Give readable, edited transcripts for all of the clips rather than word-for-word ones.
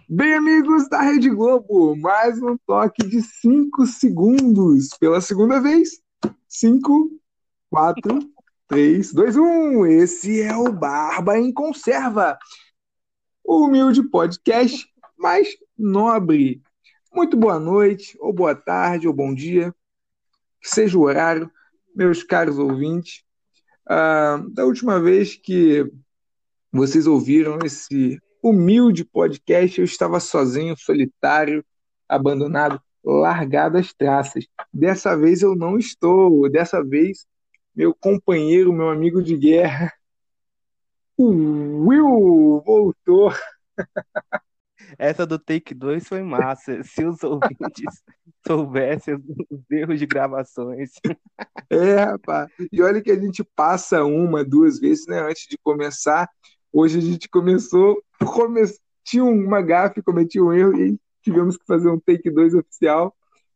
Bem, amigos da Rede Globo, mais um toque de 5 segundos. Pela segunda vez. 5, 4, 3, 2, 1. Esse é o Barba em Conserva, o humilde podcast mais nobre. Muito boa noite, ou boa tarde, ou bom dia, que seja o horário, meus caros ouvintes. Da última vez que vocês ouviram esse humilde podcast, eu estava sozinho, solitário, abandonado, largado às traças. Dessa vez eu não estou. Dessa vez, meu companheiro, meu amigo de guerra, o Will, voltou. Essa do Take 2 foi massa. Se os ouvintes soubessem os erros de gravações. Rapaz. E olha que a gente passa uma, duas vezes, né, antes de começar. Hoje a gente começou, tinha uma gafe, cometi um erro e tivemos que fazer um take 2 oficial.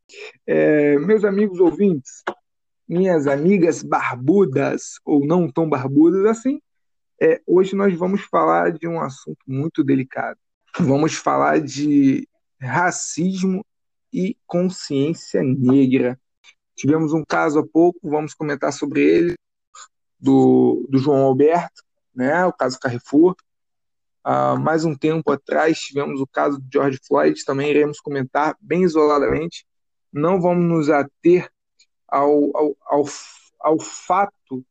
Meus amigos ouvintes, minhas amigas barbudas ou não tão barbudas assim, hoje nós vamos falar de um assunto muito delicado. Vamos falar de racismo e consciência negra. Tivemos um caso há pouco, vamos comentar sobre ele, do João Alberto, né, o caso Carrefour. Mais um tempo atrás tivemos o caso de George Floyd, também iremos comentar bem isoladamente. Não vamos nos ater ao, ao, ao, ao fato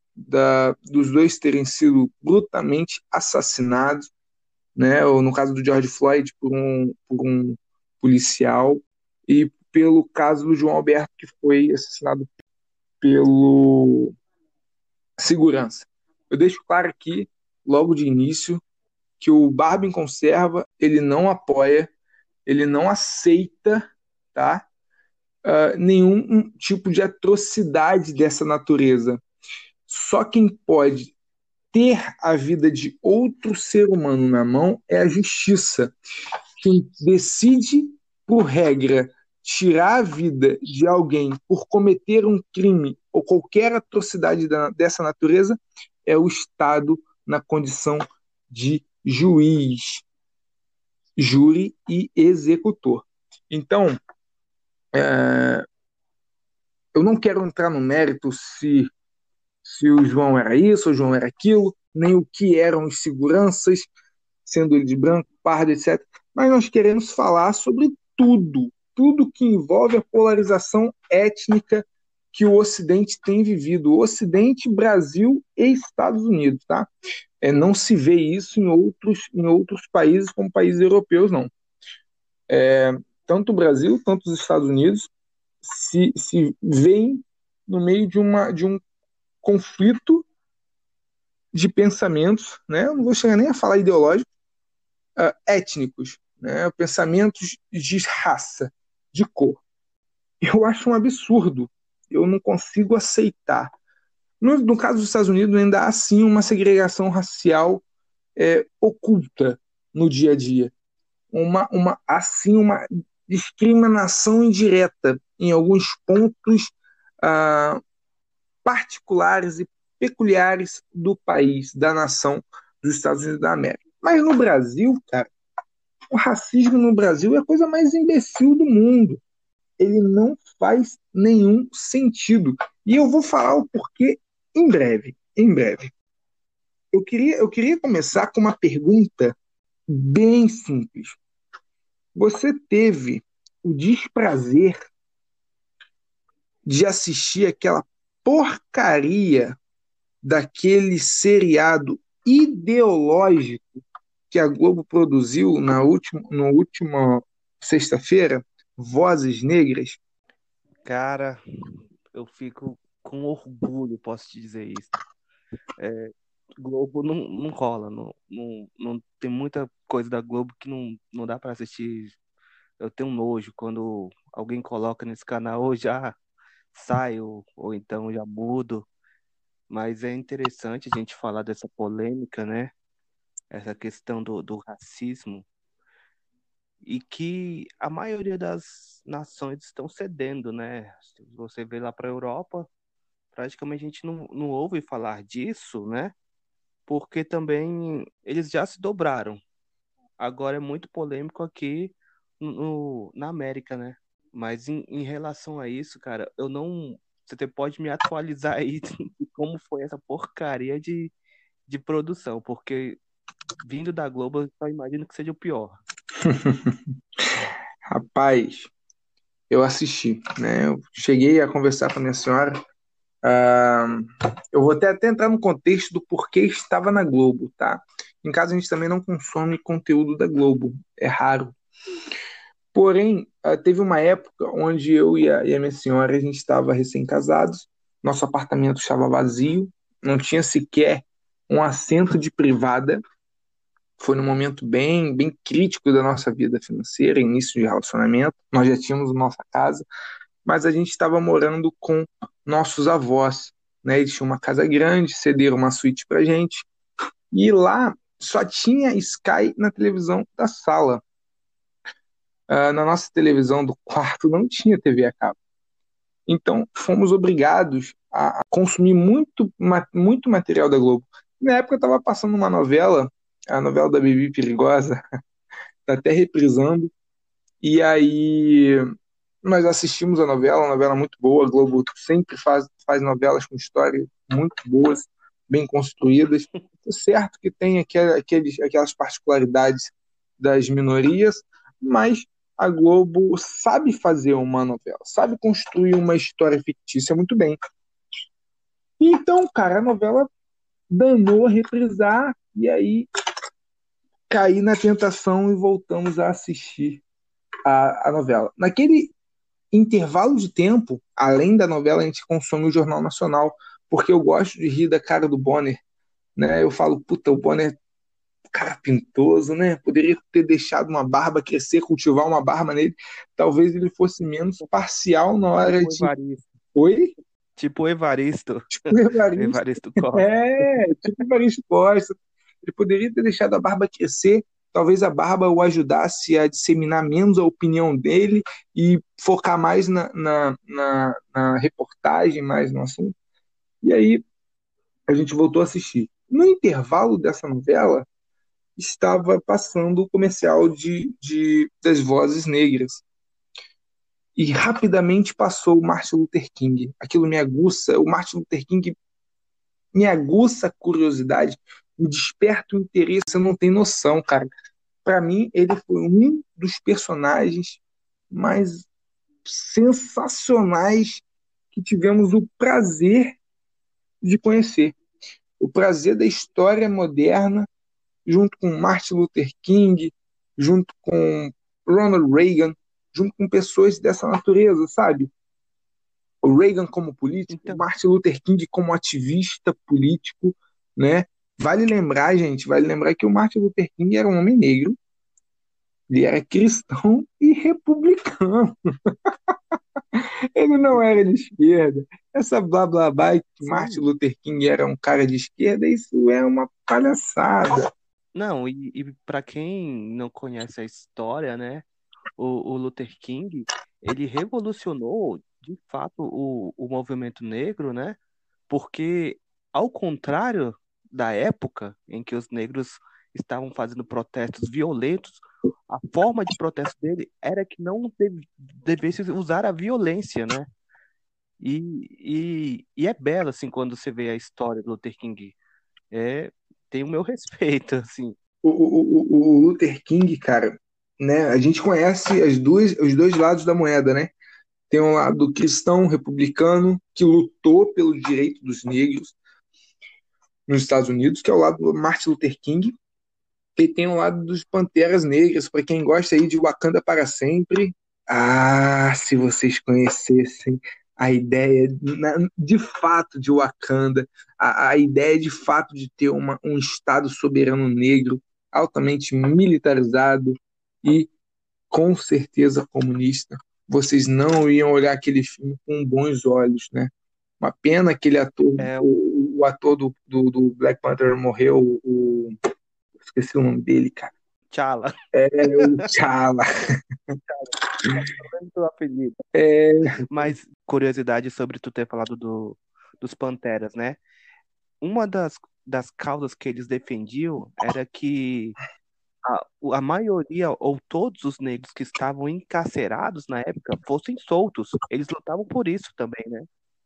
dos dois terem sido brutalmente assassinados, né? Ou no caso do George Floyd, por um policial, e pelo caso do João Alberto, que foi assassinado pelo segurança. Eu deixo claro aqui, logo de início, que o Barba em Conserva, ele não apoia, ele não aceita, tá? Nenhum tipo de atrocidade dessa natureza. Só quem pode ter a vida de outro ser humano na mão é a justiça. Quem decide, por regra, tirar a vida de alguém por cometer um crime ou qualquer atrocidade dessa natureza é o Estado na condição de juiz, júri e executor. Então, eu não quero entrar no mérito se o João era isso, o João era aquilo, nem o que eram os seguranças, sendo ele de branco, pardo, etc. Mas nós queremos falar sobre tudo que envolve a polarização étnica que o Ocidente tem vivido, o Ocidente, Brasil e Estados Unidos, tá? Não se vê isso em outros países, como países europeus, não. Tanto o Brasil, tanto os Estados Unidos se veem no meio de um conflito de pensamentos, né? Eu não vou chegar nem a falar ideológico, étnicos, né? Pensamentos de raça, de cor. Eu acho um absurdo. Eu não consigo aceitar. No caso dos Estados Unidos, ainda há sim uma segregação racial oculta no dia a dia. Assim, uma discriminação indireta em alguns pontos ah, particulares e peculiares do país, da nação dos Estados Unidos da América. Mas no Brasil, cara, o racismo no Brasil é a coisa mais imbecil do mundo. Ele não faz nenhum sentido. E eu vou falar o porquê em breve. Em breve. Eu queria começar com uma pergunta bem simples. Você teve o desprazer de assistir aquela porcaria daquele seriado ideológico que a Globo produziu no última sexta-feira, Vozes Negras? Cara, eu fico com orgulho, posso te dizer isso. Globo não rola, não tem muita coisa da Globo que não dá pra assistir. Eu tenho um nojo quando alguém coloca nesse canal, ou já saio, ou então já mudo. Mas é interessante a gente falar dessa polêmica, né? Essa questão do racismo, e que a maioria das nações estão cedendo, né? Se você vê lá para a Europa, praticamente a gente não ouve falar disso, né? Porque também eles já se dobraram agora é muito polêmico aqui na América, né? Mas em relação a isso, cara, eu não. Você pode me atualizar aí de como foi essa porcaria de produção, porque vindo da Globo, eu só imagino que seja o pior. Rapaz, eu assisti, né? Eu cheguei a conversar com a minha senhora. ah, eu vou até entrar no contexto do porquê estava na Globo, tá? Em casa a gente também não consome conteúdo da Globo, é raro. Porém, teve uma época onde eu e a minha senhora, a gente estava recém-casados, nosso apartamento estava vazio, não tinha sequer um assento de privada. Foi num momento bem crítico da nossa vida financeira, início de relacionamento. Nós já tínhamos nossa casa, mas a gente estava morando com nossos avós, né? Eles tinham uma casa grande, cederam uma suíte pra gente, e lá só tinha Sky na televisão da sala. Na nossa televisão do quarto não tinha TV a cabo. Então, fomos obrigados a consumir muito material da Globo. Na época, eu estava passando uma novela, a novela da Bibi Perigosa, tá até reprisando, e aí nós assistimos a novela, uma novela muito boa. A Globo sempre faz novelas com histórias muito boas, bem construídas. É certo que tem aquelas particularidades das minorias, mas a Globo sabe fazer uma novela, sabe construir uma história fictícia muito bem. Então, cara, a novela danou a reprisar, e aí caí na tentação e voltamos a assistir a novela. Naquele intervalo de tempo, além da novela, a gente consome o Jornal Nacional, porque eu gosto de rir da cara do Bonner, né? Eu falo, puta, o Bonner, cara pintoso, né? Poderia ter deixado uma barba crescer, cultivar uma barba nele. Talvez ele fosse menos parcial na hora Tipo o de. Evaristo. Oi? Tipo o Evaristo. Tipo o Evaristo. Evaristo Costa. Tipo o Evaristo Costa. Ele poderia ter deixado a barba crescer. Talvez a barba o ajudasse a disseminar menos a opinião dele e focar mais na reportagem, mais no assunto. E aí a gente voltou a assistir. No intervalo dessa novela, estava passando o comercial das vozes negras. E rapidamente passou o Martin Luther King. Aquilo me aguça, o Martin Luther King me aguça a curiosidade, me desperta o interesse, você não tem noção, cara. Para mim, ele foi um dos personagens mais sensacionais que tivemos o prazer de conhecer. O prazer da história moderna, junto com Martin Luther King, junto com Ronald Reagan, junto com pessoas dessa natureza, sabe? O Reagan como político, o Então, Martin Luther King como ativista político, né? Vale lembrar, gente, vale lembrar que o Martin Luther King era um homem negro, ele era cristão e republicano. Ele não era de esquerda. Essa blá blá blá que Martin sim. Luther King era um cara de esquerda, isso é uma palhaçada. Não, e para quem não conhece a história, né? O Luther King, ele revolucionou, de fato, o movimento negro, né? Porque, ao contrário da época em que os negros estavam fazendo protestos violentos, a forma de protesto dele era que não devesse usar a violência, né? E é belo, assim, quando você vê a história do Luther King. É, tem o meu respeito, assim. O Luther King, cara, né? A gente conhece os dois lados da moeda, né? Tem um lado cristão republicano que lutou pelo direito dos negros nos Estados Unidos, que é o lado do Martin Luther King, e tem o lado dos Panteras Negras, para quem gosta aí de Wakanda para sempre. Ah, se vocês conhecessem a ideia de fato de Wakanda, a ideia de fato de ter um Estado soberano negro, altamente militarizado e com certeza comunista, vocês não iam olhar aquele filme com bons olhos, né? Uma pena aquele ator, É, o ator do Black Panther morreu, esqueci o nome dele, cara. T'Challa. É o T'Challa. Pelo apelido. É, Mas, curiosidade sobre tu ter falado dos Panteras, né? Uma das causas que eles defendiam era que a maioria ou todos os negros que estavam encarcerados na época fossem soltos. Eles lutavam por isso também, né?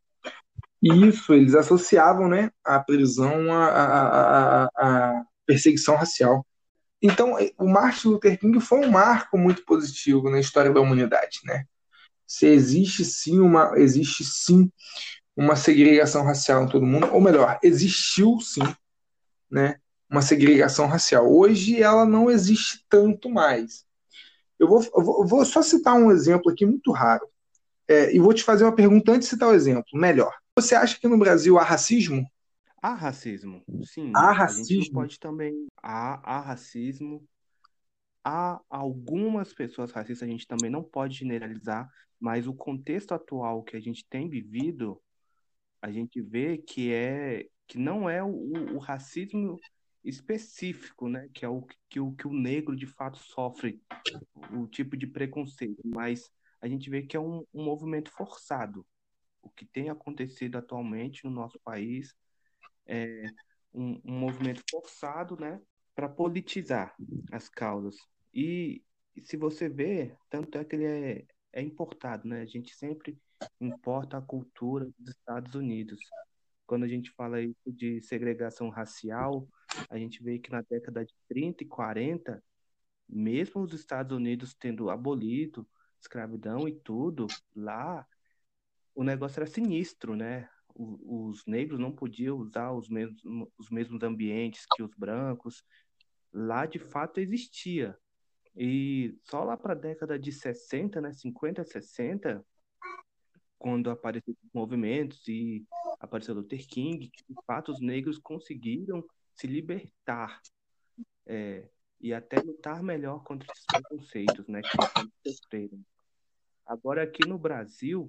E isso, eles associavam, né, a prisão à perseguição racial. Então, o Martin Luther King foi um marco muito positivo na história da humanidade, né? Se existe sim uma segregação racial em todo mundo, ou melhor, existiu sim, né, uma segregação racial. Hoje ela não existe tanto mais. Eu vou só citar um exemplo aqui muito raro. E vou te fazer uma pergunta antes de citar o exemplo. Melhor. Você acha que no Brasil há racismo? Há racismo, sim. Há A gente não racismo? pode também. Há racismo. Há algumas pessoas racistas, a gente também não pode generalizar, mas o contexto atual que a gente tem vivido, a gente vê que não é o racismo específico, né? Que é que o negro de fato sofre, o tipo de preconceito, mas a gente vê que é um movimento forçado. O que tem acontecido atualmente no nosso país é um movimento forçado, né, para politizar as causas. E se você vê, tanto é que ele é importado, né? A gente sempre importa a cultura dos Estados Unidos. Quando a gente fala isso de segregação racial, a gente vê que na década de 30 e 40, mesmo os Estados Unidos tendo abolido escravidão e tudo, lá o negócio era sinistro, né? Os negros não podiam usar os mesmos ambientes que os brancos. Lá, de fato, existia. E só lá para a década de 60, né, 50, 60, quando apareceram os movimentos e apareceu Luther King, que, de fato, os negros conseguiram se libertar, e até lutar melhor contra esses preconceitos, né, que eles sofreram. Agora, aqui no Brasil,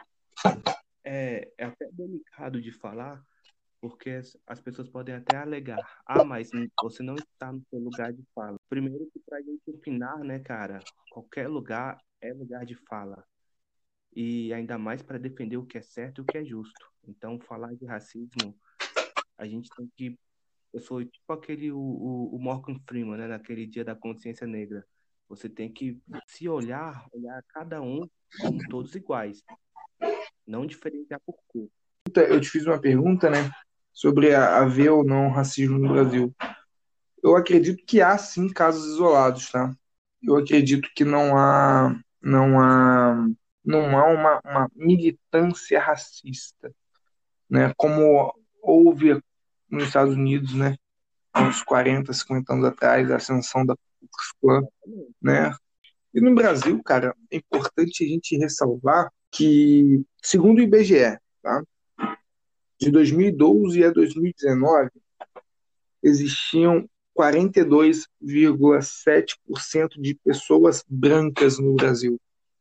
é até delicado de falar, porque as pessoas podem até alegar, mas você não está no seu lugar de fala. Primeiro que para a gente opinar, né, cara, qualquer lugar é lugar de fala. E ainda mais para defender o que é certo e o que é justo. Então, falar de racismo, a gente tem que... Eu sou tipo o Morgan Freeman, né, naquele dia da consciência negra. Você tem que se olhar cada um como todos iguais, não diferenciar por cor. Eu te fiz uma pergunta, né, sobre haver ou não racismo no Brasil. Eu acredito que há sim casos isolados, tá? Eu acredito que não há uma militância racista, né? Como houve nos Estados Unidos, né? Há uns 40, 50 anos atrás, a ascensão da Ku Klux Klan, Exatamente. né? E no Brasil, cara, é importante a gente ressalvar que, segundo o IBGE, tá? De 2012 a 2019, existiam 42,7% de pessoas brancas no Brasil.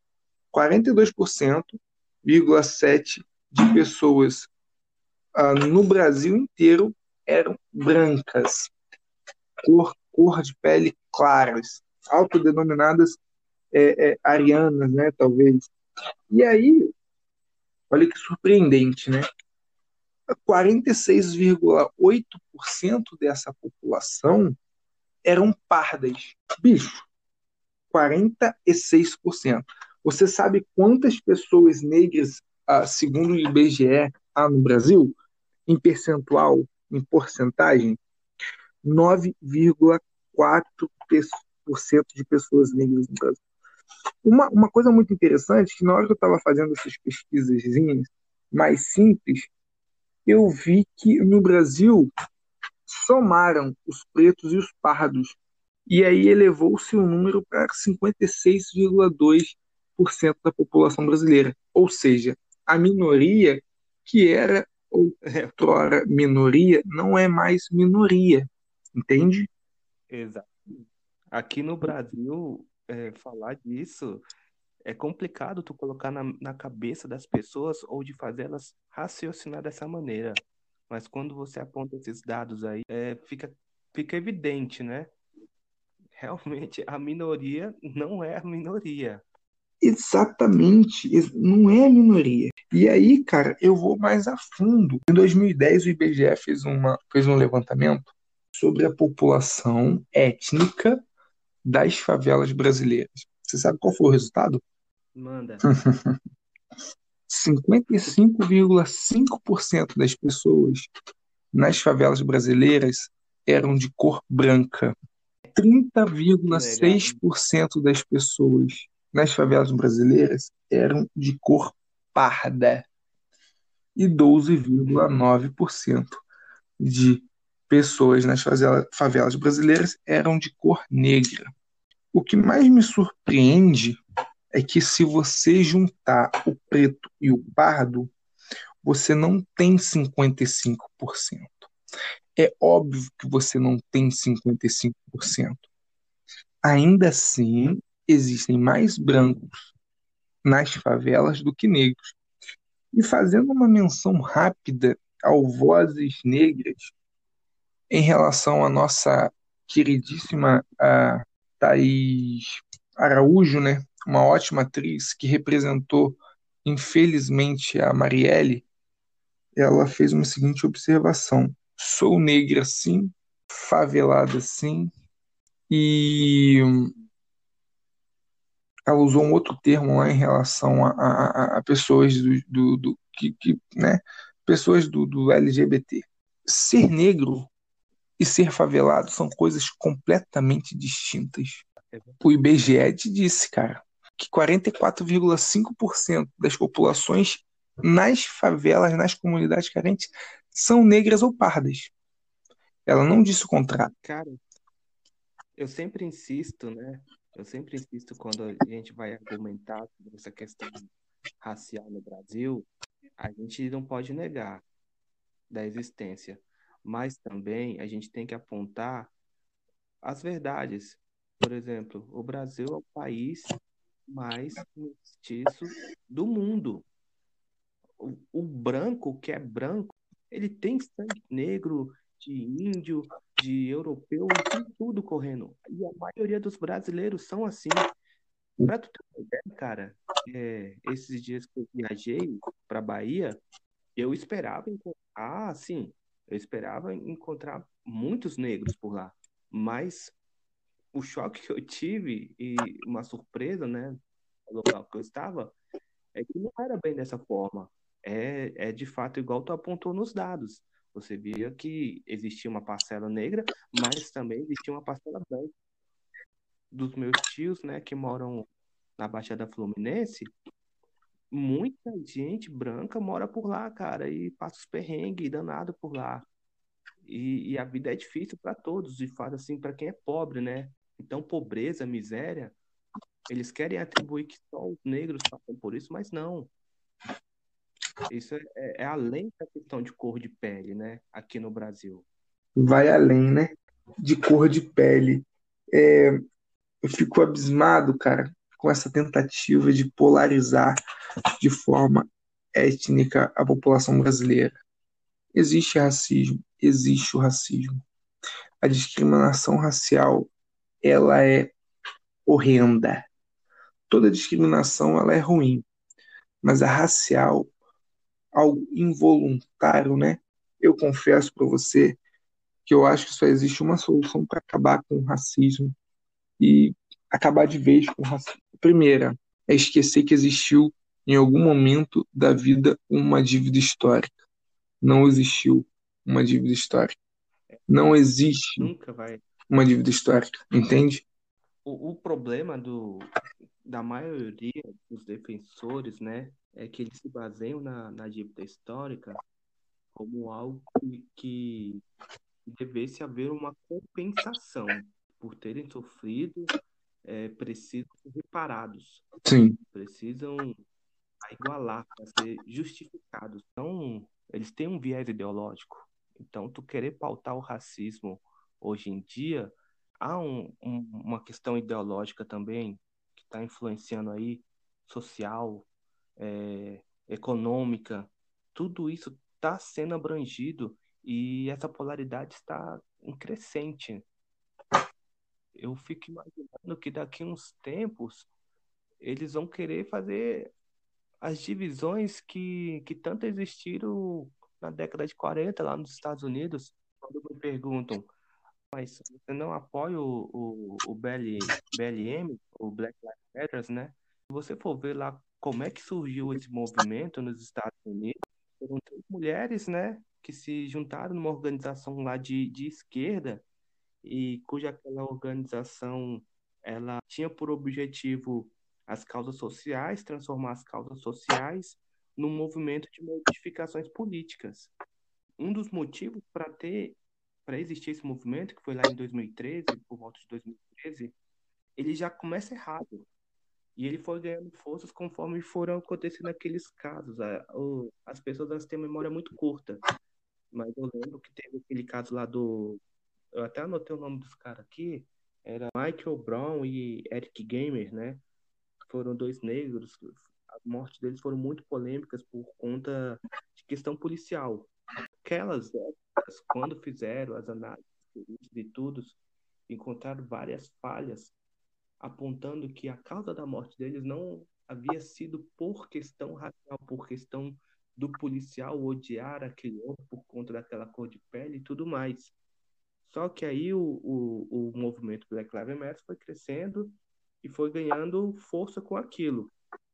42,7% de pessoas no Brasil inteiro eram brancas, cor de pele claras, autodenominadas arianas, né, talvez. E aí, olha que surpreendente, né? 46,8% dessa população eram pardas. Bicho, 46%. Você sabe quantas pessoas negras, segundo o IBGE, há no Brasil? Em percentual, em porcentagem? 9,4% de pessoas negras no Brasil. Uma coisa muito interessante, que na hora que eu estava fazendo essas pesquisas mais simples, eu vi que no Brasil somaram os pretos e os pardos. E aí elevou-se o número para 56,2% da população brasileira. Ou seja, a minoria, que era outrora minoria, não é mais minoria. Entende? Exato. Aqui no Brasil, falar disso é complicado tu colocar na cabeça das pessoas ou de fazer elas raciocinar dessa maneira. Mas quando você aponta esses dados aí, fica evidente, né? Realmente a minoria não é a minoria. Exatamente, não é a minoria. E aí, cara, eu vou mais a fundo. Em 2010, o IBGE fez um levantamento sobre a população étnica das favelas brasileiras. Você sabe qual foi o resultado? Manda. 55,5% das pessoas nas favelas brasileiras eram de cor branca. Que legal. 30,6% das pessoas nas favelas brasileiras eram de cor parda e Uhum. 12,9% de pessoas nas favelas brasileiras eram de cor negra. O que mais me surpreende é que se você juntar o preto e o pardo, você não tem 55%. É óbvio que você não tem 55%. Ainda assim, existem mais brancos nas favelas do que negros. E fazendo uma menção rápida ao Vozes Negras, em relação à nossa queridíssima Thaís Araújo, né? Uma ótima atriz que representou, infelizmente, a Marielle, ela fez uma seguinte observação: sou negra sim, favelada sim, e ela usou um outro termo lá em relação a pessoas né, pessoas do LGBT. Ser negro e ser favelado são coisas completamente distintas. É O IBGE te disse, cara, que 44,5% das populações nas favelas, nas comunidades carentes, são negras ou pardas. Ela não disse o contrário. Cara, eu sempre insisto, né? Eu sempre insisto quando a gente vai argumentar sobre essa questão racial no Brasil, a gente não pode negar da existência, mas também a gente tem que apontar as verdades. Por exemplo, o Brasil é o país mais mestiço do mundo. O branco, que é branco, ele tem sangue negro, de índio, de europeu, tem tudo correndo. E a maioria dos brasileiros são assim. Pra tu ter uma ideia, cara, esses dias que eu viajei pra Bahia, eu esperava encontrar, sim, eu esperava encontrar muitos negros por lá. Mas o choque que eu tive e uma surpresa, né, no local que eu estava, é que não era bem dessa forma. É de fato igual tu apontou nos dados. Você via que existia uma parcela negra, mas também existia uma parcela branca. Dos meus tios, né, que moram na Baixada Fluminense, muita gente branca mora por lá, cara, e passa os perrengues danado por lá. E a vida é difícil para todos, de fato, assim, para quem é pobre, né? Então, pobreza, miséria, eles querem atribuir que só os negros passam por isso, mas não. Isso é além da questão de cor de pele, né? Aqui no Brasil. Vai além, né? De cor de pele. É, eu fico abismado, cara, com essa tentativa de polarizar de forma étnica a população brasileira. Existe racismo, existe o racismo. A discriminação racial, ela é horrenda. Toda discriminação, ela é ruim, mas a racial, algo involuntário, né? Eu confesso para você que eu acho que só existe uma solução para acabar com o racismo e acabar de vez com o racismo. A primeira é esquecer que existiu em algum momento da vida uma dívida histórica. Não existiu uma dívida histórica. Não existe Nunca vai. uma dívida histórica, entende? O problema da maioria dos defensores, né, é que eles se baseiam na dívida histórica como algo que devesse haver uma compensação por terem sofrido, precisam ser reparados, Sim. precisam igualar, para ser justificados. Então, eles têm um viés ideológico. Então, tu querer pautar o racismo hoje em dia, há uma questão ideológica também que está influenciando aí, social, econômica, tudo isso está sendo abrangido e essa polaridade está em crescente. Eu fico imaginando que daqui a uns tempos eles vão querer fazer as divisões que tanto existiram na década de 40 lá nos Estados Unidos. Quando me perguntam, Mas você não apoia o BLM, o Black Lives Matter, né? Se você for ver lá como é que surgiu esse movimento nos Estados Unidos, foram três mulheres, né, que se juntaram numa organização lá de esquerda e cuja aquela organização ela tinha por objetivo as causas sociais, transformar as causas sociais num movimento de modificações políticas. Um dos motivos para existir esse movimento, que foi lá em 2013, por volta de 2013, ele já começa errado. E ele foi ganhando forças conforme foram acontecendo aqueles casos. As pessoas elas têm memória muito curta, mas eu lembro que teve aquele caso lá do. Eu até anotei o nome dos caras aqui, era Michael Brown e Eric Gamer, né? Foram dois negros. As mortes deles foram muito polêmicas por conta de questão policial. Aquelas épocas, quando fizeram as análises de tudo, encontraram várias falhas, apontando que a causa da morte deles não havia sido por questão racial, por questão do policial odiar aquele outro por conta daquela cor de pele e tudo mais. Só que aí o movimento Black Lives Matter foi crescendo e foi ganhando força com aquilo.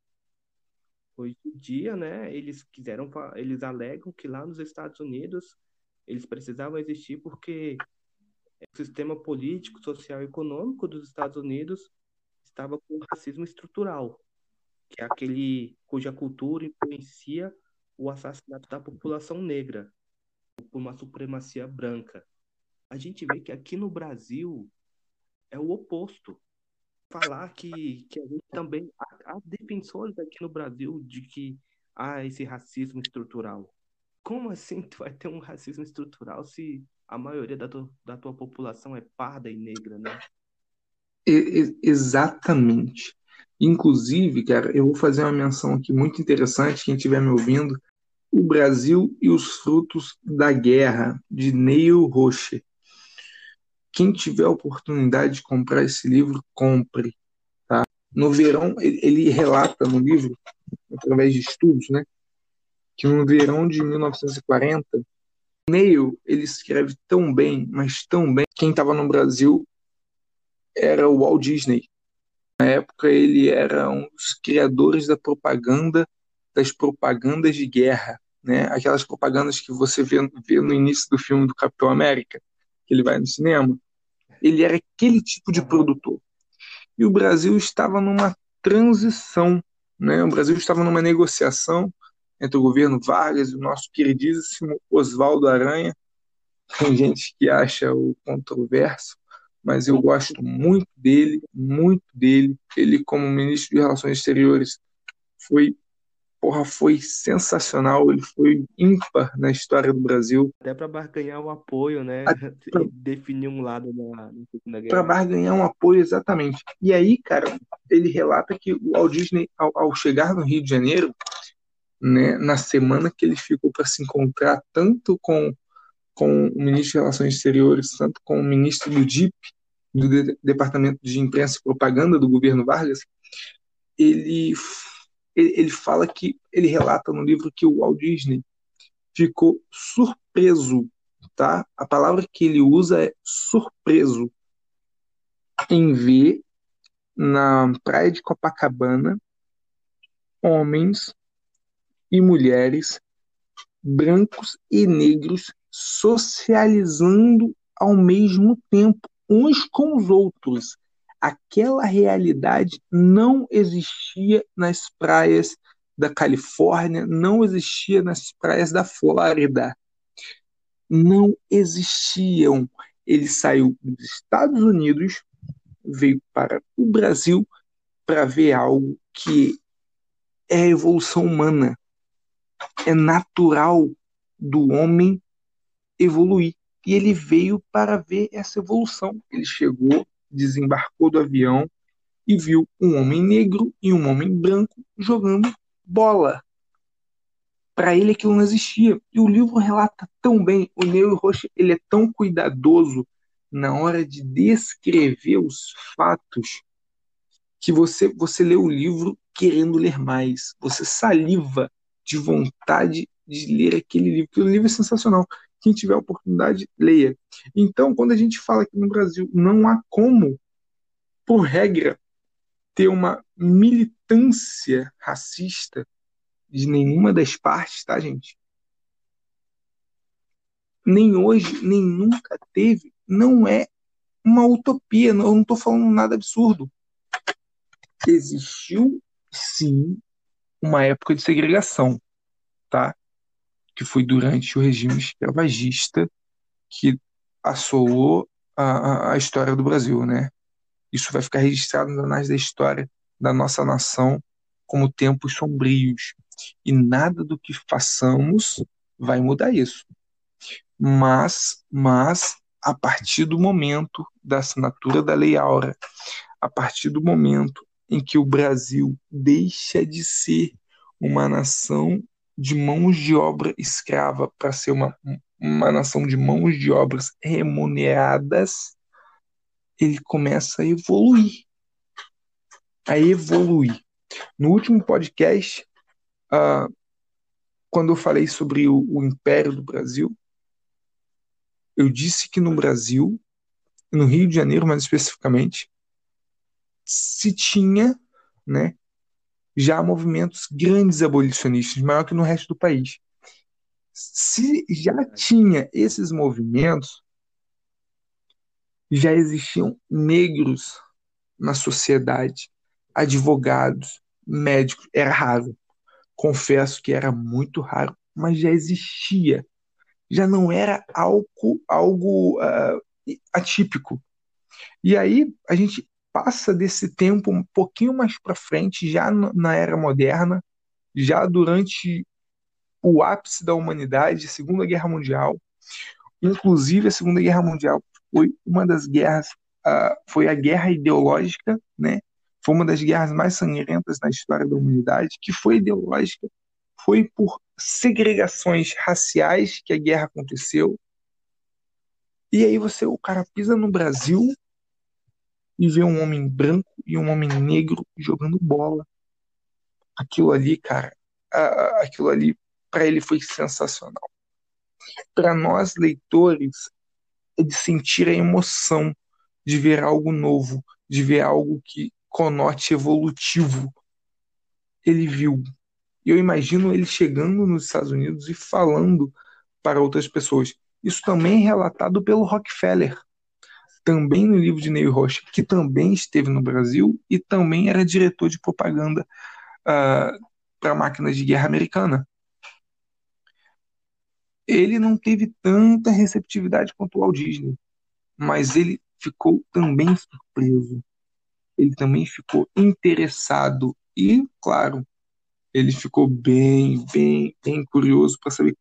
Hoje em dia, né, eles alegam que lá nos Estados Unidos eles precisavam existir porque o sistema político, social e econômico dos Estados Unidos estava com racismo estrutural, que é aquele cuja cultura influencia o assassinato da população negra por uma supremacia branca. A gente vê que aqui no Brasil é o oposto. Falar que a gente também há defensores aqui no Brasil de que há esse racismo estrutural. Como assim tu vai ter um racismo estrutural se a maioria da tua população é parda e negra, né? Exatamente. Inclusive, cara, eu vou fazer uma menção aqui muito interessante, quem estiver me ouvindo, O Brasil e os Frutos da Guerra, de Neil Roche. Quem tiver a oportunidade de comprar esse livro, compre. Tá? No verão, ele relata no livro, através de estudos, né, que no verão de 1940, Neil ele escreve tão bem, mas tão bem. Quem estava no Brasil era o Walt Disney. Na época, ele era um dos criadores das propagandas de guerra, né? Aquelas propagandas que você vê no início do filme do Capitão América, que ele vai no cinema. Ele era aquele tipo de produtor. E o Brasil estava numa transição, né? O Brasil estava numa negociação entre o governo Vargas e o nosso queridíssimo Oswaldo Aranha. Tem gente que acha o controverso, mas eu gosto muito dele, muito dele. Ele, como ministro de Relações Exteriores, foi, foi sensacional. Ele foi ímpar na história do Brasil. Até para barganhar o apoio, né? E definir um lado na Segunda Para Guerra. barganhar um apoio, exatamente. E aí, cara, ele relata que o Walt Disney, ao chegar no Rio de Janeiro, né, na semana que ele ficou para se encontrar tanto com o ministro de Relações Exteriores, tanto com o ministro do DIP, do Departamento de Imprensa e Propaganda do governo Vargas, ele, ele fala que, ele relata no livro que o Walt Disney ficou surpreso, tá? A palavra que ele usa é surpreso, em ver na praia de Copacabana homens e mulheres, brancos e negros, socializando ao mesmo tempo, uns com os outros. Aquela realidade não existia nas praias da Califórnia, não existia nas praias da Flórida. Não existiam. Ele saiu dos Estados Unidos, veio para o Brasil para ver algo que é a evolução humana. É natural do homem evoluir. E ele veio para ver essa evolução. Ele chegou, desembarcou do avião e viu um homem negro e um homem branco jogando bola. Para ele aquilo não existia. E o livro relata tão bem, o Neil Roche, ele é tão cuidadoso na hora de descrever os fatos que você lê o livro querendo ler mais. Você saliva de vontade de ler aquele livro, porque o livro é sensacional. Quem tiver oportunidade, leia. Então, quando a gente fala que no Brasil não há como, por regra, ter uma militância racista de nenhuma das partes, tá, gente? Nem hoje, nem nunca teve. Não é uma utopia, eu não estou falando nada absurdo. Existiu, sim, uma época de segregação, tá? Que foi durante o regime escravagista que assolou a história do Brasil, né? Isso vai ficar registrado nas anais da história da nossa nação como tempos sombrios. E nada do que façamos vai mudar isso. Mas a partir do momento da assinatura da Lei Áurea, a partir do momento em que o Brasil deixa de ser uma nação de mãos de obra escrava para ser uma nação de mãos de obras remuneradas, ele começa a evoluir. A evoluir. No último podcast, quando eu falei sobre o Império do Brasil, eu disse que no Brasil, no Rio de Janeiro mais especificamente, se tinha, né, já movimentos grandes abolicionistas, maior que no resto do país. Se já tinha esses movimentos, já existiam negros na sociedade, advogados, médicos, era raro. Confesso que era muito raro, mas já existia. Já não era algo atípico. E aí a gente passa desse tempo um pouquinho mais para frente, já na era moderna, já durante o ápice da humanidade, Segunda Guerra Mundial. Inclusive, a Segunda Guerra Mundial foi uma das guerras, foi a guerra ideológica, né? Foi uma das guerras mais sangrentas na história da humanidade, que foi ideológica, foi por segregações raciais que a guerra aconteceu. E aí o cara pisa no Brasil e vê um homem branco e um homem negro jogando bola. Aquilo ali, cara, aquilo ali para ele foi sensacional. Para nós leitores, é de sentir a emoção de ver algo novo, de ver algo que conote evolutivo. Ele viu. E eu imagino ele chegando nos Estados Unidos e falando para outras pessoas. Isso também é relatado pelo Rockefeller, também no livro de Neil Rocha, que também esteve no Brasil e também era diretor de propaganda para a máquina de guerra americana. Ele não teve tanta receptividade quanto o Walt Disney, mas ele ficou também surpreso. Ele também ficou interessado e, claro, ele ficou bem curioso para saber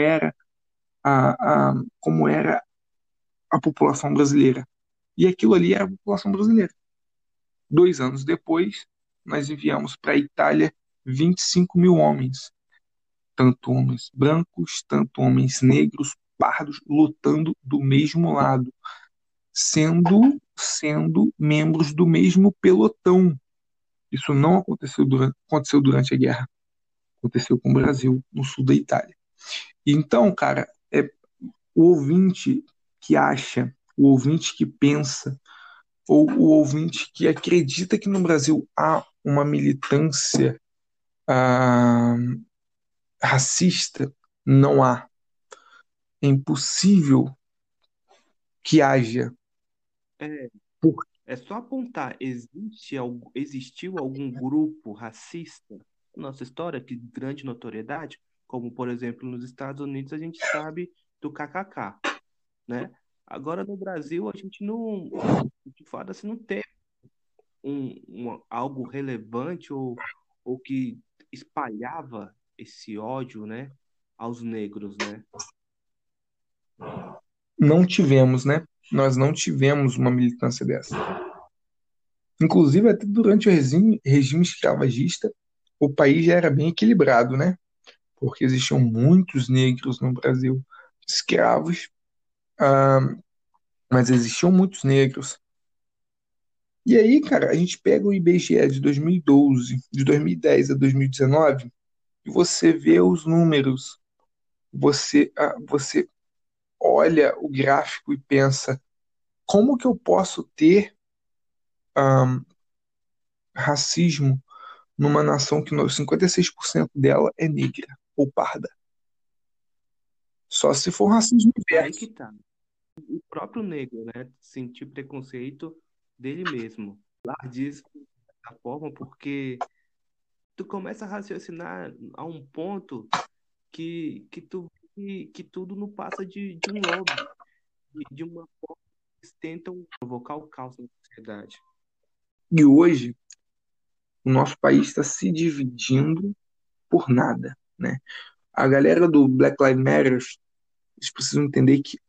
como era a população brasileira. E aquilo ali era a população brasileira. 2 anos depois, nós enviamos para a Itália 25 mil homens, tanto homens brancos, tanto homens negros, pardos, lutando do mesmo lado, sendo membros do mesmo pelotão. Isso não aconteceu durante a guerra. Aconteceu com o Brasil, no sul da Itália. Então, cara, o ouvinte que acha, o ouvinte que pensa, ou o ouvinte que acredita que no Brasil há uma militância ah, racista, não há. É impossível que haja. É, Por... é só apontar, existiu algum grupo racista na nossa história que de grande notoriedade, como por exemplo nos Estados Unidos a gente sabe do KKK, né? Agora no Brasil a gente não, de fato, assim, não tem algo relevante ou que espalhava esse ódio, né, aos negros, né? Não tivemos, né? Nós não tivemos uma militância dessa. Inclusive, até durante o regime escravagista, o país já era bem equilibrado, né? Porque existiam muitos negros no Brasil, escravos, ah, mas existiam muitos negros. E aí, cara, a gente pega o IBGE de 2012, de 2010 a 2019, e você vê os números, você olha o gráfico e pensa, como que eu posso ter racismo numa nação que 56% dela é negra ou parda? Só se for racismo Aí que inverso. tá. O próprio negro, né, sentir preconceito dele mesmo. Lá diz da forma porque tu começa a raciocinar a um ponto que tudo não passa de um lobby, de uma forma que eles tentam provocar o caos na sociedade. E hoje, o nosso país está se dividindo por nada, né? A galera do Black Lives Matter, eles precisam entender que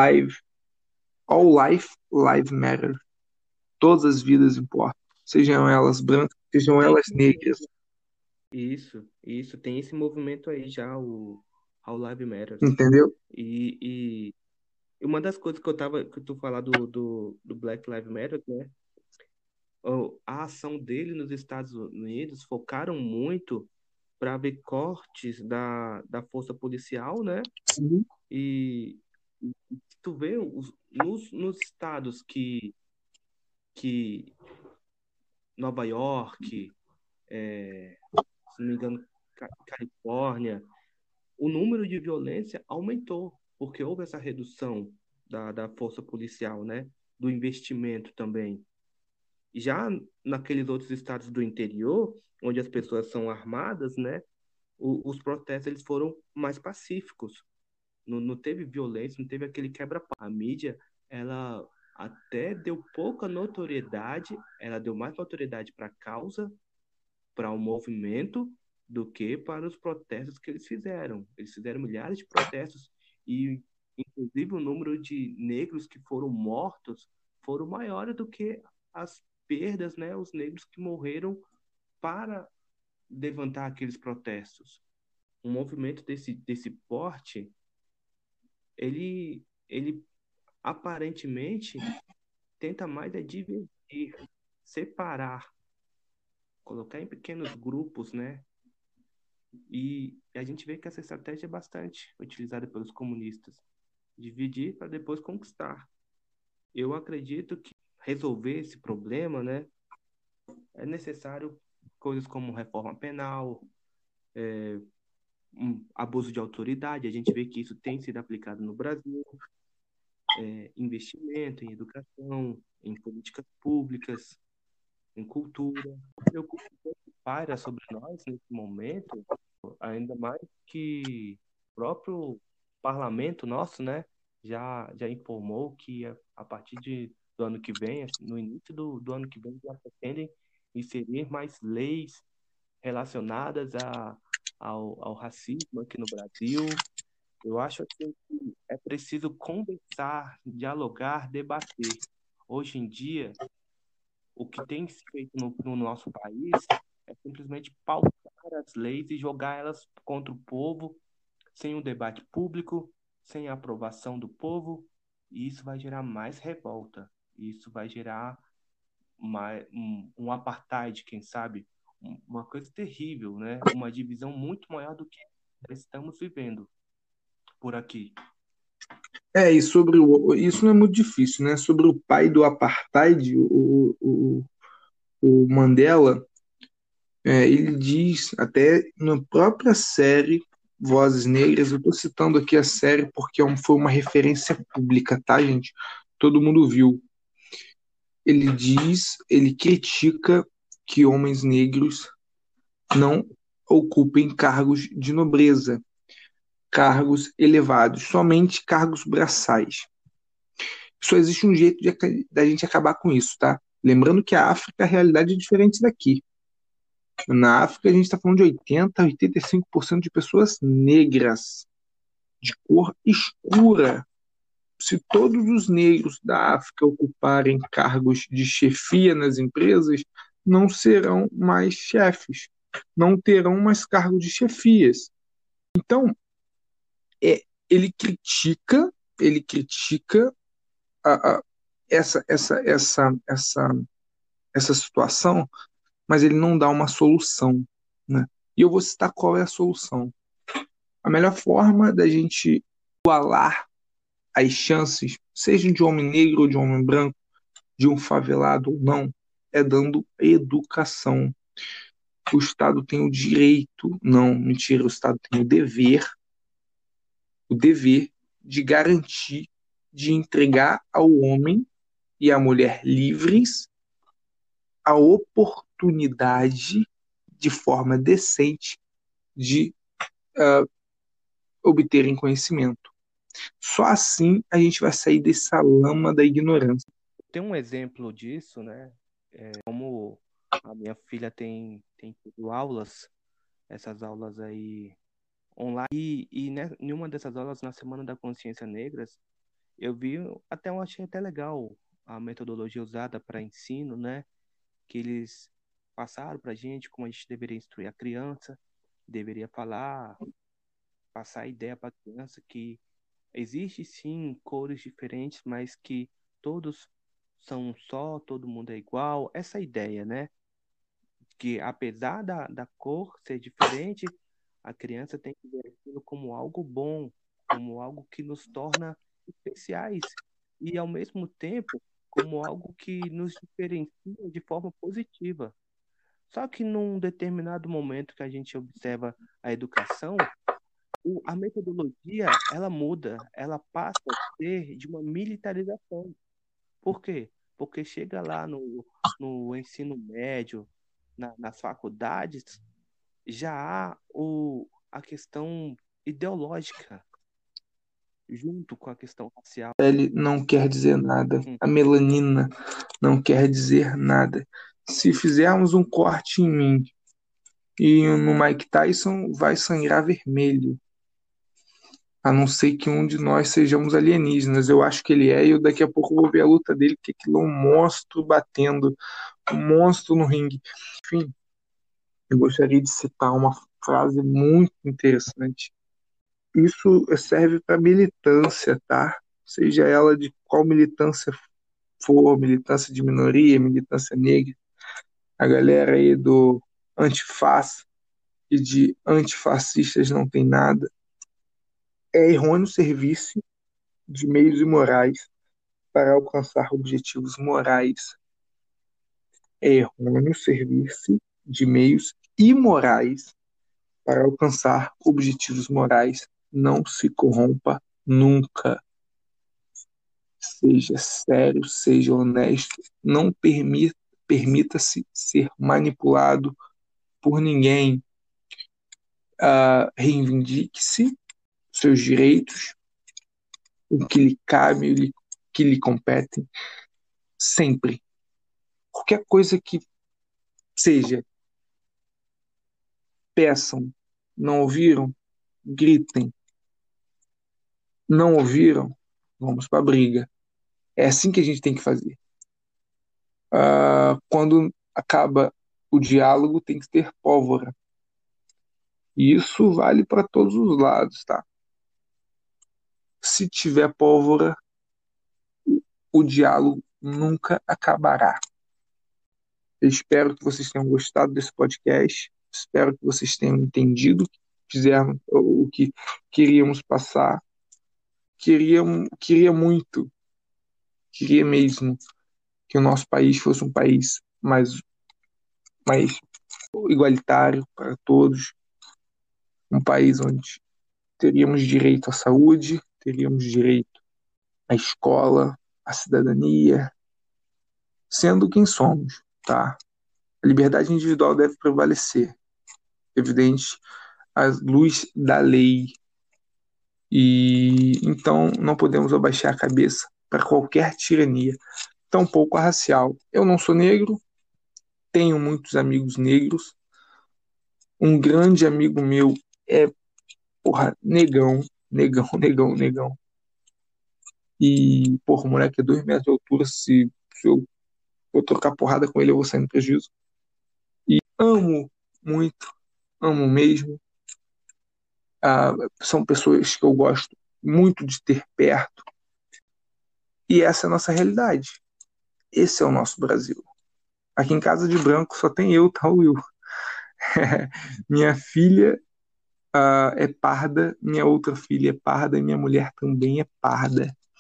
all life matter. Todas as vidas importam. Sejam elas brancas, sejam Tem elas negras. isso, tem esse movimento aí já, o All Lives Matters. Entendeu? E uma das coisas que tu falar do Black Lives Matter, né? A ação dele nos Estados Unidos focaram muito para ver cortes da força policial, né? Sim. E tu vê nos estados que Nova York, se não me engano, Califórnia, o número de violência aumentou, porque houve essa redução da força policial, né? Do investimento também. Já naqueles outros estados do interior, onde as pessoas são armadas, né? Os protestos eles foram mais pacíficos. Não teve violência, não teve aquele quebra-pau. A mídia, ela até deu pouca notoriedade, ela deu mais notoriedade para a causa, para o movimento, do que para os protestos que eles fizeram. Eles fizeram milhares de protestos e, inclusive, o número de negros que foram mortos foram maiores do que as perdas, né? Os negros que morreram para levantar aqueles protestos. Um movimento desse porte, ele aparentemente tenta mais é dividir, separar, colocar em pequenos grupos, né? E a gente vê que essa estratégia é bastante utilizada pelos comunistas. Dividir para depois conquistar. Eu acredito que resolver esse problema, né, é necessário coisas como reforma penal, abuso de autoridade. A gente vê que isso tem sido aplicado no Brasil. Investimento em educação, em políticas públicas, em cultura. Preocupação que paira sobre nós nesse momento, ainda mais que o próprio parlamento nosso, né, já informou que a partir do ano que vem, no início do ano que vem, já pretendem inserir mais leis relacionadas ao racismo aqui no Brasil. Eu acho assim, que é preciso conversar, dialogar, debater. Hoje em dia, o que tem se feito no nosso país é simplesmente pautar as leis e jogar elas contra o povo, sem um debate público, sem a aprovação do povo, e isso vai gerar mais revolta. Isso vai gerar um apartheid, quem sabe, uma coisa terrível, né? Uma divisão muito maior do que estamos vivendo por aqui. E sobre isso não é muito difícil, né? Sobre o pai do apartheid, o Mandela, ele diz, até na própria série Vozes Negras, eu estou citando aqui a série porque foi uma referência pública, tá, gente? Todo mundo viu. Ele critica que homens negros não ocupem cargos de nobreza, cargos elevados, somente cargos braçais. Só existe um jeito da gente acabar com isso, tá? Lembrando que a África, a realidade é diferente daqui. Na África, a gente está falando de 80 a 85% de pessoas negras, de cor escura. Se todos os negros da África ocuparem cargos de chefia nas empresas, não serão mais chefes, não terão mais cargos de chefias. Então, é, ele critica, ele critica a, a, essa, essa, essa, essa, essa situação, mas ele não dá uma solução, né? E eu vou citar qual é a solução. A melhor forma da gente igualar as chances, seja de um homem negro ou de um homem branco, de um favelado ou não, é dando educação. O Estado tem o direito, não, mentira, o Estado tem o dever de garantir, de entregar ao homem e à mulher livres a oportunidade de forma decente de obterem conhecimento. Só assim a gente vai sair dessa lama da ignorância. Tem um exemplo disso, né? Como a minha filha tem tido aulas, essas aulas aí online, em uma dessas aulas, na Semana da Consciência Negras, eu achei até legal a metodologia usada para ensino, né? Que eles passaram para a gente como a gente deveria instruir a criança, deveria falar, passar a ideia para a criança que existe sim cores diferentes, mas que todos são um só, todo mundo é igual. Essa ideia, né? Que apesar da cor ser diferente, a criança tem que ver aquilo como algo bom, como algo que nos torna especiais e ao mesmo tempo como algo que nos diferencia de forma positiva. Só que num determinado momento que a gente observa a educação, a metodologia ela muda, ela passa a ser de uma militarização. Por quê? Porque chega lá no ensino médio, nas faculdades, já há a questão ideológica junto com a questão racial. Ele não quer dizer nada. A melanina não quer dizer nada. Se fizermos um corte em mim e no Mike Tyson, vai sangrar vermelho. A não ser que um de nós sejamos alienígenas. Eu acho que ele é, e eu daqui a pouco vou ver a luta dele, que aquilo é um monstro batendo, um monstro no ringue. Enfim, eu gostaria de citar uma frase muito interessante. Isso serve para militância, tá? Seja ela de qual militância for, militância de minoria, militância negra, a galera aí do antifaz e de antifascistas não tem nada. É errôneo serviço de meios imorais para alcançar objetivos morais. É errôneo servir-se de meios imorais para alcançar objetivos morais. Não se corrompa nunca. Seja sério, seja honesto. Não permita-se ser manipulado por ninguém. Reivindique-se seus direitos, o que lhe cabe, o que lhe compete, sempre. Qualquer coisa que seja, peçam. Não ouviram? Gritem. Não ouviram? Vamos para a briga. É assim que a gente tem que fazer. Quando acaba o diálogo, tem que ter pólvora. E isso vale para todos os lados, tá? Se tiver pólvora, o diálogo nunca acabará. Eu espero que vocês tenham gostado desse podcast. Espero que vocês tenham entendido fizeram o que queríamos passar. Queria muito, queria mesmo que o nosso país fosse um país mais igualitário para todos, um país onde teríamos direito à saúde, teríamos direito à escola, à cidadania, sendo quem somos, tá? A liberdade individual deve prevalecer, evidente, à luz da lei. E então não podemos abaixar a cabeça para qualquer tirania, tampouco a racial. Eu não sou negro, tenho muitos amigos negros. Um grande amigo meu é, porra, negão, negão, negão, negão. E, porra, o moleque é 2 metros de altura. Se eu for trocar porrada com ele, eu vou sair no prejuízo. E amo muito, amo mesmo. São pessoas que eu gosto muito de ter perto. E essa é a nossa realidade. Esse é o nosso Brasil. Aqui em casa de branco só tem eu, tá, Will? Minha filha é parda, minha outra filha é parda e minha mulher também é parda.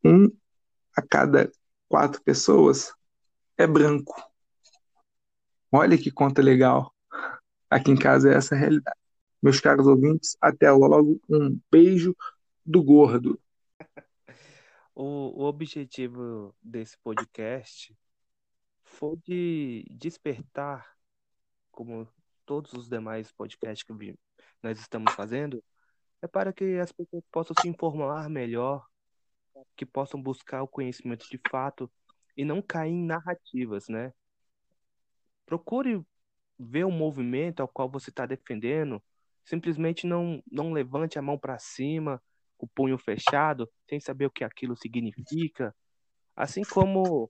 Um a cada 4 pessoas é branco. Olha que conta legal. Aqui em casa é essa a realidade. Meus caros ouvintes, até logo. Um beijo do gordo. O objetivo desse podcast foi de despertar, como todos os demais podcasts que nós estamos fazendo, é para que as pessoas possam se informar melhor, que possam buscar o conhecimento de fato e não cair em narrativas, né? Procure ver o movimento ao qual você está defendendo, simplesmente não levante a mão para cima, o punho fechado, sem saber o que aquilo significa. Assim como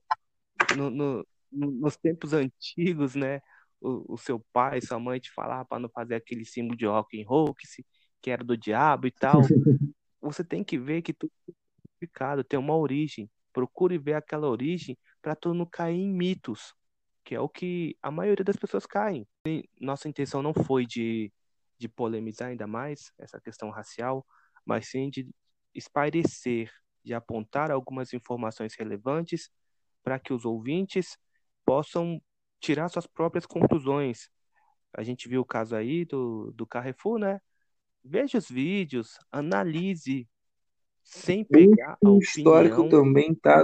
nos tempos antigos, né? O seu pai, sua mãe te falava para não fazer aquele símbolo de rock and roll, que era do diabo e tal. Você tem que ver que tudo é significado, tem uma origem. Procure ver aquela origem para tu não cair em mitos, que é o que a maioria das pessoas caem. E nossa intenção não foi de polemizar ainda mais essa questão racial, mas sim de espairecer, de apontar algumas informações relevantes para que os ouvintes possam tirar suas próprias conclusões. A gente viu o caso aí do Carrefour, né? Veja os vídeos, analise, sem Busque pegar a o histórico opinião. também, tá?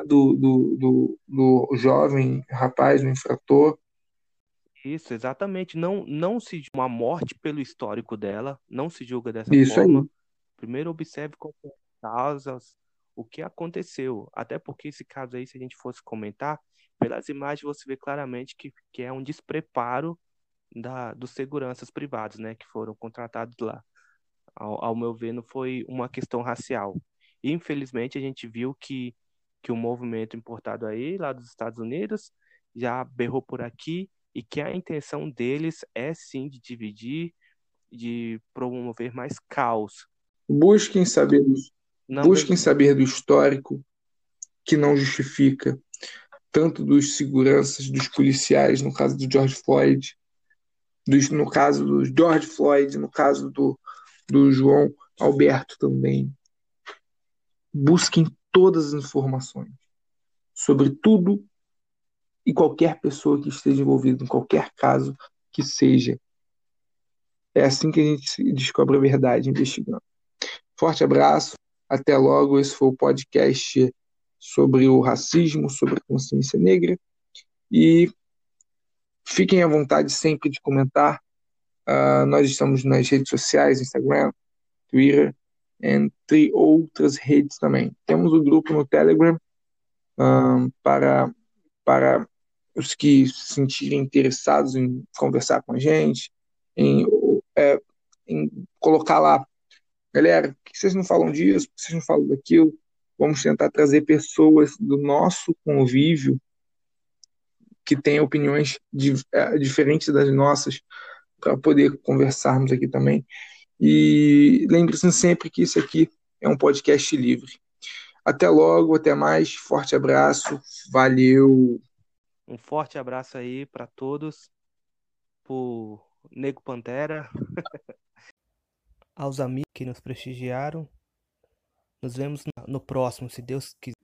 Do jovem rapaz, do infrator. Isso, exatamente. Não se julga uma morte pelo histórico dela, não se julga dessa Isso forma. aí. Primeiro observe quais são as causas, o que aconteceu. Até porque esse caso aí, se a gente fosse comentar, pelas imagens você vê claramente que é um despreparo dos seguranças privados, né, que foram contratados lá. Ao meu ver, não foi uma questão racial. Infelizmente, a gente viu que o movimento importado aí, lá dos Estados Unidos, já berrou por aqui e que a intenção deles é sim de dividir, de promover mais caos. Busquem saber, Não, busquem saber do histórico que não justifica, tanto dos seguranças, dos policiais, no caso do George Floyd, no caso do George Floyd, no caso do João Alberto também. Busquem todas as informações sobre tudo e qualquer pessoa que esteja envolvida em qualquer caso que seja. É assim que a gente descobre a verdade investigando. Forte abraço, até logo. Esse foi o podcast sobre o racismo, sobre a consciência negra. E fiquem à vontade sempre de comentar. Nós estamos nas redes sociais, Instagram, Twitter, entre outras redes também. Temos o grupo no Telegram para, para os que se sentirem interessados em conversar com a gente, em, em colocar lá, galera, por que vocês não falam disso? Por que vocês não falam daquilo? Vamos tentar trazer pessoas do nosso convívio que têm opiniões diferentes das nossas para poder conversarmos aqui também. E lembre-se sempre que isso aqui é um podcast livre. Até logo, até mais, forte abraço, valeu! um forte abraço aí para todos, pro Nego Pantera, aos amigos que nos prestigiaram. Nos vemos no próximo, se Deus quiser.